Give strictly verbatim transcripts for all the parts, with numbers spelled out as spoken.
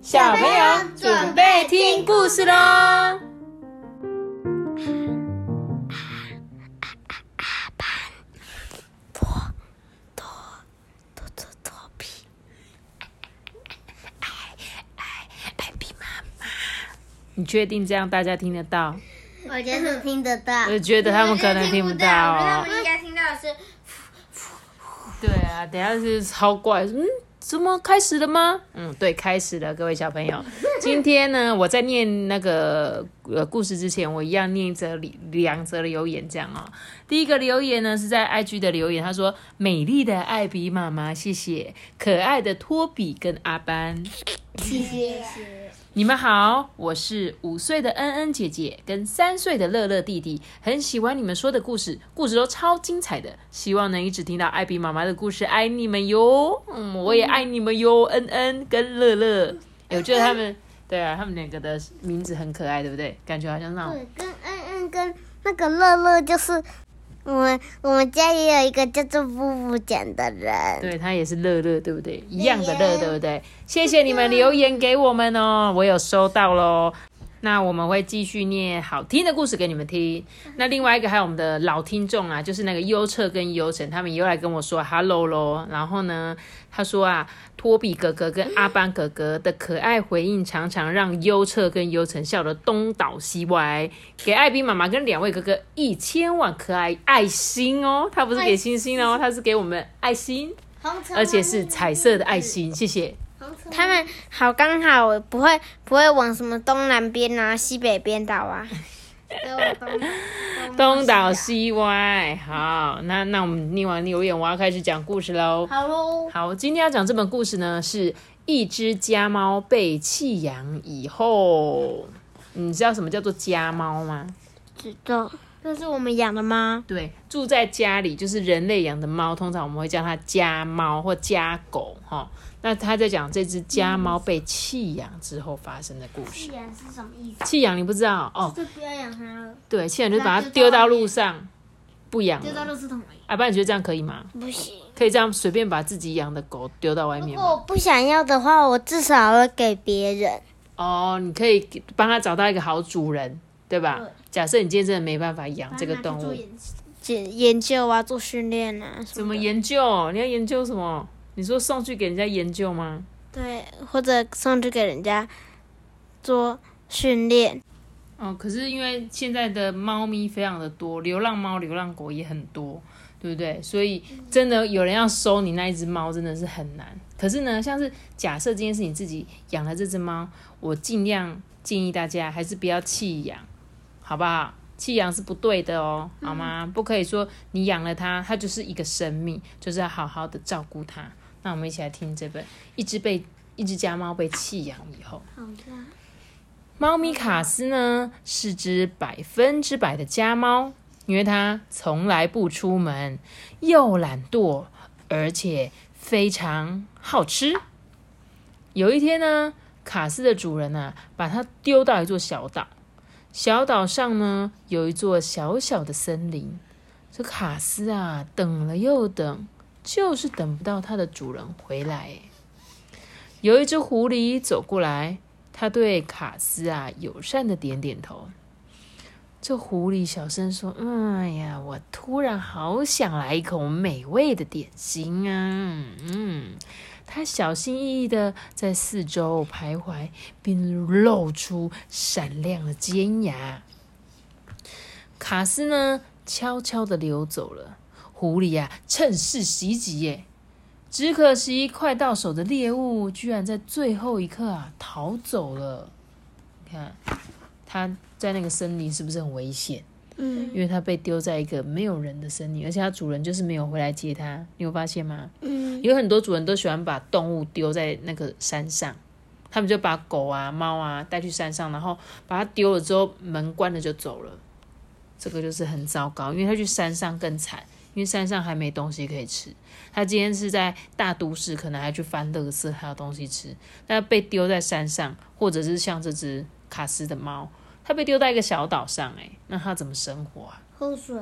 小朋友准备听故事咯。你确定这样大家听得到？ 我觉得听得到。 我觉得他们可能听不到哦。 我觉得他们应该听到的是。 对啊，等一下是超怪，嗯，怎么开始了吗？嗯，对，开始了，各位小朋友。今天呢，我在念那个呃故事之前，我一样念一则两则留言，这样哦。第一个留言呢是在 I G 的留言，他说：“美丽的艾比妈妈，谢谢；可爱的托比跟阿班， 谢谢。” 你们好，我是五岁的恩恩姐姐跟三岁的乐乐弟弟，很喜欢你们说的故事，故事都超精彩的，希望能一直听到艾比妈妈的故事，爱你们哟。嗯，我也爱你们哟，恩恩跟乐乐。欸，我觉得他们，对啊，他们两个的名字很可爱，对不对？感觉好像那种。 对，跟恩恩跟那个乐乐就是。我们我们家也有一个叫做布布讲的人， 对，他也是乐乐，对不对？一样的乐，对不对？谢谢你们留言给我们哦，我有收到咯。那我们会继续念好听的故事给你们听。那另外一个还有我们的老听众啊，就是那个优澈跟优晨，他们又来跟我说 hello 咯。然后呢，他说啊，托比哥哥跟阿班哥哥的可爱回应，常常让优澈跟优晨笑得东倒西歪。给艾比妈妈跟两位哥哥一千万可爱爱心哦，他不是给星星哦，他是给我们爱心，而且是彩色的爱心，谢谢。 他们好刚好不会不会往什么东南边啊西北边倒啊， 东倒西歪。好，那那我们念完留言，我要开始讲故事喽。 好喽。 好，今天要讲这本故事呢，是一只家猫被弃养以后。你知道什么叫做家猫吗？ 知道。这是我们养的猫。 对，住在家里就是人类养的猫，通常我们会叫它家猫或家狗哈。那他在讲这只家猫被弃养之后发生的故事。 弃养是什么意思？ 弃养你不知道哦？ 就不要养它了。 对，弃养就是把它丢到路上，不养了。 丢到垃圾桶里。 阿爸，你觉得这样可以吗？ 不行。 可以这样随便把自己养的狗丢到外面吗？ 如果我不想要的话，我至少会给别人。 哦，你可以帮他找到一个好主人，对吧？对。假设你今天真的没办法养这个动物， 研研究啊，做训练啊， 怎么研究？你要研究什么？你说送去给人家研究吗？ 对，或者送去给人家做训练。 哦，可是因为现在的猫咪非常的多，流浪猫、流浪狗也很多，对不对？所以真的有人要收你那一只猫，真的是很难。可是呢，像是假设今天是你自己养了这只猫，我尽量建议大家还是不要弃养，好不好？弃养是不对的哦，好吗？嗯、不可以说你养了它，它就是一个生命，就是要好好的照顾它。那我们一起来听这本《一只被一只家猫被弃养以后》。 好的。 猫咪卡斯呢是只百分之百的家猫，因为它从来不出门，又懒惰，而且非常好吃。有一天呢，卡斯的主人啊，把它丢到一座小岛。小岛上呢，有一座小小的森林。这卡斯啊，等了又等，就是等不到它的主人回来。有一只狐狸走过来，它对卡斯啊友善的点点头。这狐狸小声说：“哎呀，我突然好想来一口美味的点心啊！”嗯，他小心翼翼的在四周徘徊，并露出闪亮的尖牙。卡斯呢，悄悄的溜走了。狐狸啊，趁势袭击耶！只可惜，快到手的猎物居然在最后一刻啊逃走了。你看，他在那个森林是不是很危险？嗯，因为他被丢在一个没有人的森林，而且他主人就是没有回来接他。你有发现吗？嗯，有很多主人都喜欢把动物丢在那个山上，他们就把狗啊、猫啊带去山上，然后把它丢了之后，门关了就走了。这个就是很糟糕，因为他去山上更惨。因为山上还没东西可以吃，他今天是在大都市，可能还去翻垃圾，还有东西吃。但被丢在山上，或者是像这只卡斯的猫，它被丢在一个小岛上，哎，那它怎么生活啊？ 喝水啊。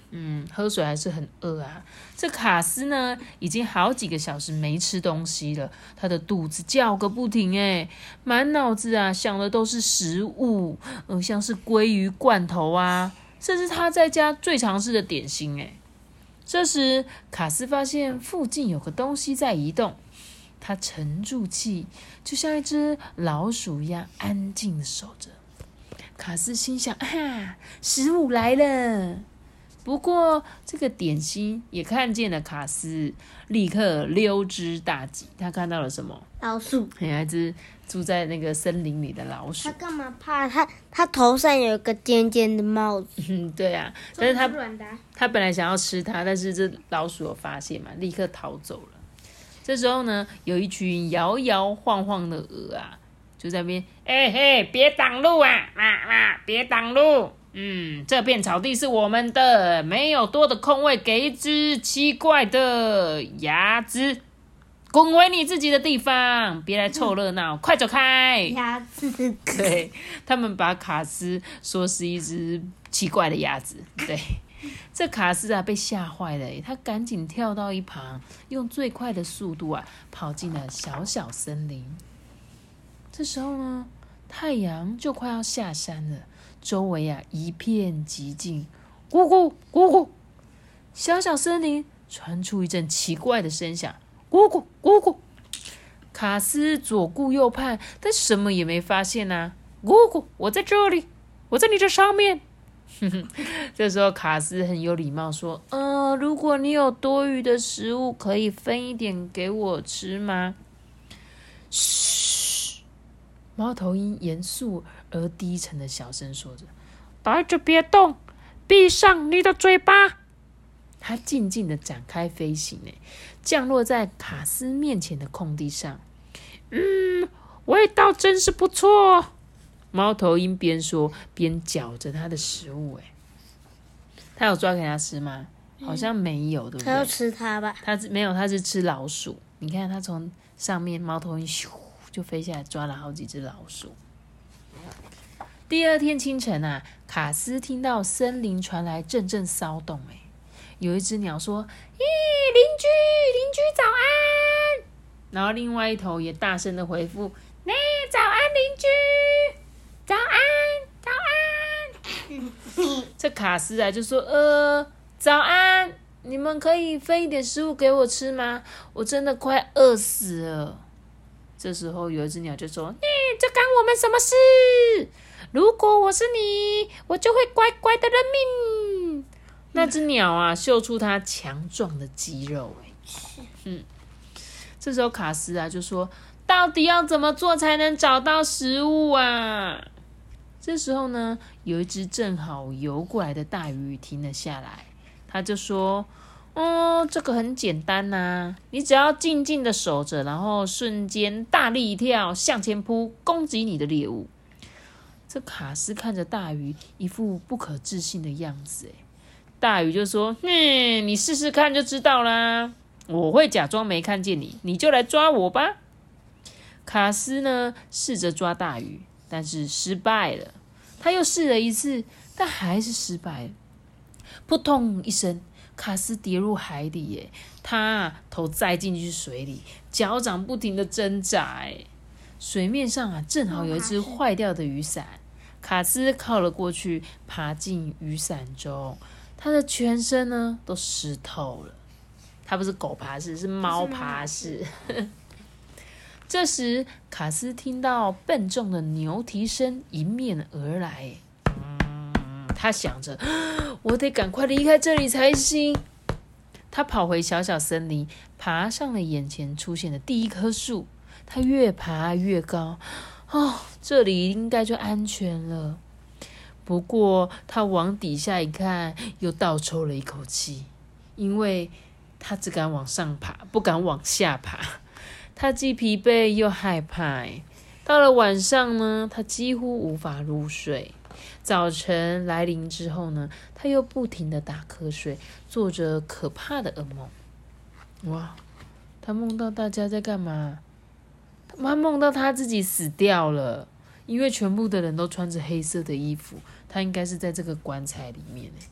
嗯，喝水还是很饿啊。这卡斯呢，已经好几个小时没吃东西了，他的肚子叫个不停哎，满脑子啊想的都是食物，呃，像是鲑鱼罐头啊，这是他在家最常吃的点心哎。这时，卡斯发现附近有个东西在移动，他沉住气，就像一只老鼠一样安静的守着。卡斯心想：啊，食物来了！不过，这个点心也看见了卡斯，立刻溜之大吉。他看到了什么？ 老鼠。 有一只住在那个森林里的老鼠。 他干嘛怕？他他头上有一个尖尖的帽子。 嗯，对啊，但是他软的。 他本来想要吃它，但是这老鼠有发现嘛，立刻逃走了。这时候呢，有一群摇摇晃晃的鹅啊，就在那边，哎、欸、嘿，别挡路啊，啊啊，别挡路。嗯，这片草地是我们的，没有多的空位给一只奇怪的鸭子，滚回你自己的地方，别来凑热闹，快走开！ 鸭子。 对，他们把卡斯说是一只奇怪的鸭子，对。这卡斯啊被吓坏了，他赶紧跳到一旁，用最快的速度啊跑进了小小森林。这时候呢，太阳就快要下山了，周围啊一片寂静，咕咕咕咕，小小森林传出一阵奇怪的声响，咕咕咕咕。卡斯左顾右盼，但什么也没发现啊。咕咕，我在这里，我在你这上面。这时候卡斯很有礼貌说：“呃，如果你有多余的食物，可以分一点给我吃吗？”嘘，猫头鹰严肃而低沉的小声说着：“待着别动，闭上你的嘴巴。”它静静的展开飞行，降落在卡斯面前的空地上。嗯，味道真是不错。猫头鹰边说边嚼着它的食物，哎，它有抓给它吃吗？好像没有，对不对？ 它要吃它吧？ 它没有，它是吃老鼠。你看，它从上面猫头鹰咻就飞下来，抓了好几只老鼠。第二天清晨啊，卡斯听到森林传来阵阵骚动，哎，有一只鸟说：“咦，邻居，邻居早安！”然后另外一头也大声的回复：“哎，早安，邻居。”早安，早安！这卡斯啊就说：“呃，早安，你们可以分一点食物给我吃吗？我真的快饿死了。”这时候有一只鸟就说：“欸，这干我们什么事？如果我是你，我就会乖乖的认命。”那只鸟啊，秀出它强壮的肌肉，嗯，这时候卡斯啊就说：“到底要怎么做才能找到食物啊？”这时候呢，有一只正好游过来的大鱼停了下来，他就说：“哦，这个很简单呐，你只要静静的守着，然后瞬间大力一跳向前扑，攻击你的猎物。”这卡斯看着大鱼一副不可置信的样子，大鱼就说：“嗯，你试试看就知道啦，我会假装没看见你，你就来抓我吧。”卡斯呢，试着抓大鱼，但是失败了。他又试了一次，但还是失败了。扑通一声，卡斯跌入海里耶！他头栽进去水里，脚掌不停的挣扎耶。水面上啊，正好有一只坏掉的雨伞。卡斯靠了过去，爬进雨伞中，他的全身呢都湿透了。他不是狗爬式，是猫爬式。这时，卡斯听到笨重的牛蹄声迎面而来，嗯，他想着，我得赶快离开这里才行。他跑回小小森林，爬上了眼前出现的第一棵树。他越爬越高，哦，这里应该就安全了。不过，他往底下一看，又倒抽了一口气，因为他只敢往上爬，不敢往下爬。他既疲惫又害怕，到了晚上呢，他几乎无法入睡。早晨来临之后呢，他又不停的打瞌睡，做着可怕的噩梦。哇，他梦到大家在干嘛？他梦到他自己死掉了，因为全部的人都穿着黑色的衣服，他应该是在这个棺材里面。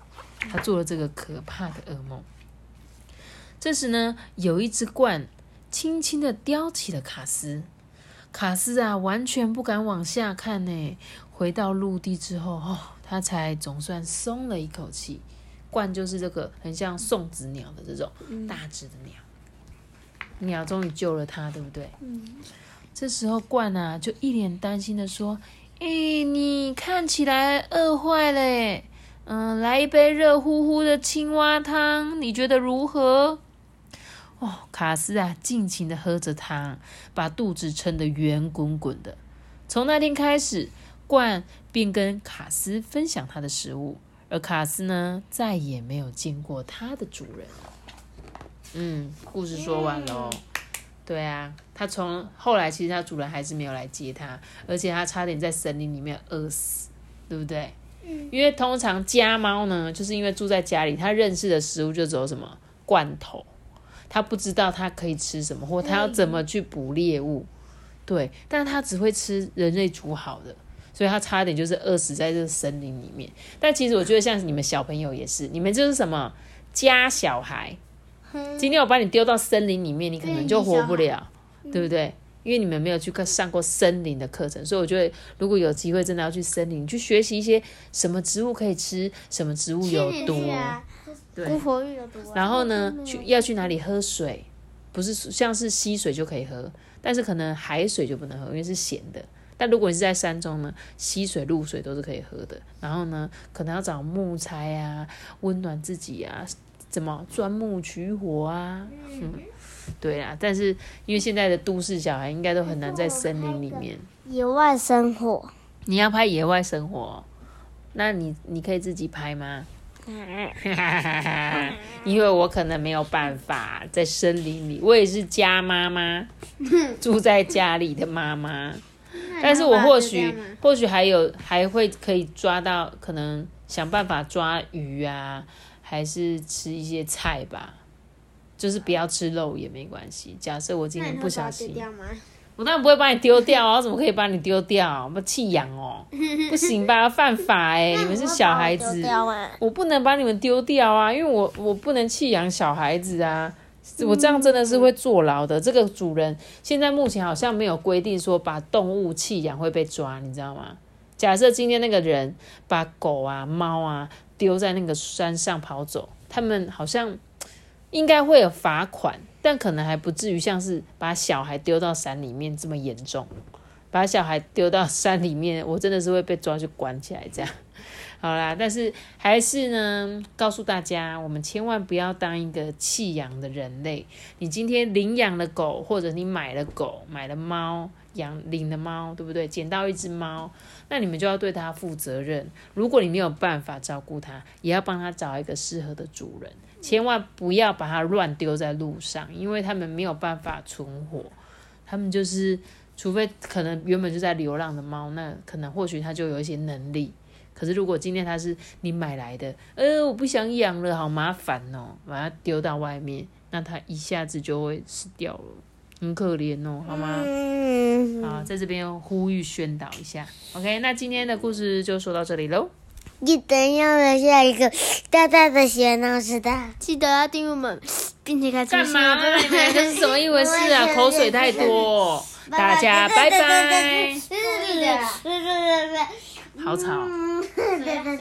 他做了这个可怕的噩梦。这时呢，有一只鹳轻轻地叼起了卡斯。卡斯啊，完全不敢往下看呢。回到陆地之后，哦，他才总算松了一口气。鹳就是这个很像送子鸟的这种大只的鸟，嗯、鸟终于救了他，对不对？嗯。这时候鹳啊，就一脸担心的说：“诶，你看起来饿坏了诶，嗯，来一杯热乎乎的青蛙汤，你觉得如何？”哦，卡斯啊，尽情的喝着汤，把肚子撑得圆滚滚的。从那天开始，鹳便跟卡斯分享他的食物，而卡斯呢，再也没有见过他的主人。嗯，故事说完喽。对啊，他从后来其实他主人还是没有来接他，而且他差点在森林里面饿死，对不对？嗯，因为通常家猫呢，就是因为住在家里，他认识的食物就只有什么罐头。他不知道他可以吃什么，或他要怎么去捕猎物，对，但他只会吃人类煮好的，所以他差点就是饿死在这个森林里面。但其实我觉得像你们小朋友也是，你们就是什么家小孩，今天我把你丢到森林里面，你可能就活不了，对不对？因为你们没有去上过森林的课程，所以我觉得如果有机会真的要去森林，去学习一些什么植物可以吃，什么植物有毒。对，然后呢，去要去哪里喝水，不是像是溪水就可以喝，但是可能海水就不能喝，因为是咸的。但如果你是在山中呢，溪水、露水都是可以喝的。然后呢，可能要找木材啊，温暖自己啊，怎么钻木取火啊，嗯，对啊。但是因为现在的都市小孩应该都很难在森林里面野外生活。 你要拍野外生活，那你你可以自己拍吗？因为我可能没有办法在森林里，我也是家妈妈，住在家里的妈妈，但是我或许或许还有还会可以抓到，可能想办法抓鱼啊，还是吃一些菜吧，就是不要吃肉也没关系。假设我今天不小心，我当然不会把你丢掉啊！我怎么可以把你丢掉？我弃养哦，不行吧，犯法哎、欸！你们是小孩子，我不能把你们丢掉啊，因为我我不能弃养小孩子啊，我这样真的是会坐牢的。这个主人现在目前好像没有规定说把动物弃养会被抓，你知道吗？假设今天那个人把狗啊、猫啊丢在那个山上跑走，他们好像应该会有罚款。但可能还不至于像是把小孩丢到山里面这么严重，把小孩丢到山里面，我真的是会被抓去关起来这样。好啦，但是还是呢，告诉大家，我们千万不要当一个弃养的人类。你今天领养了狗，或者你买了狗、买了猫、养领了猫，对不对？捡到一只猫，那你们就要对它负责任。如果你没有办法照顾它，也要帮它找一个适合的主人。千万不要把它乱丢在路上，因为他们没有办法存活，他们就是除非可能原本就在流浪的猫，那可能或许它就有一些能力。可是如果今天它是你买来的，呃，我不想养了，好麻烦哦，把它丢到外面，那它一下子就会死掉了，很可怜哦，好吗？好，在这边呼吁宣导一下 ，OK， 那今天的故事就说到这里喽。 记得要留下一个大大的喜欢老师的，记得要订阅我们，并且开始干嘛？这是怎么一回事啊？口水太多，大家拜拜。好吵。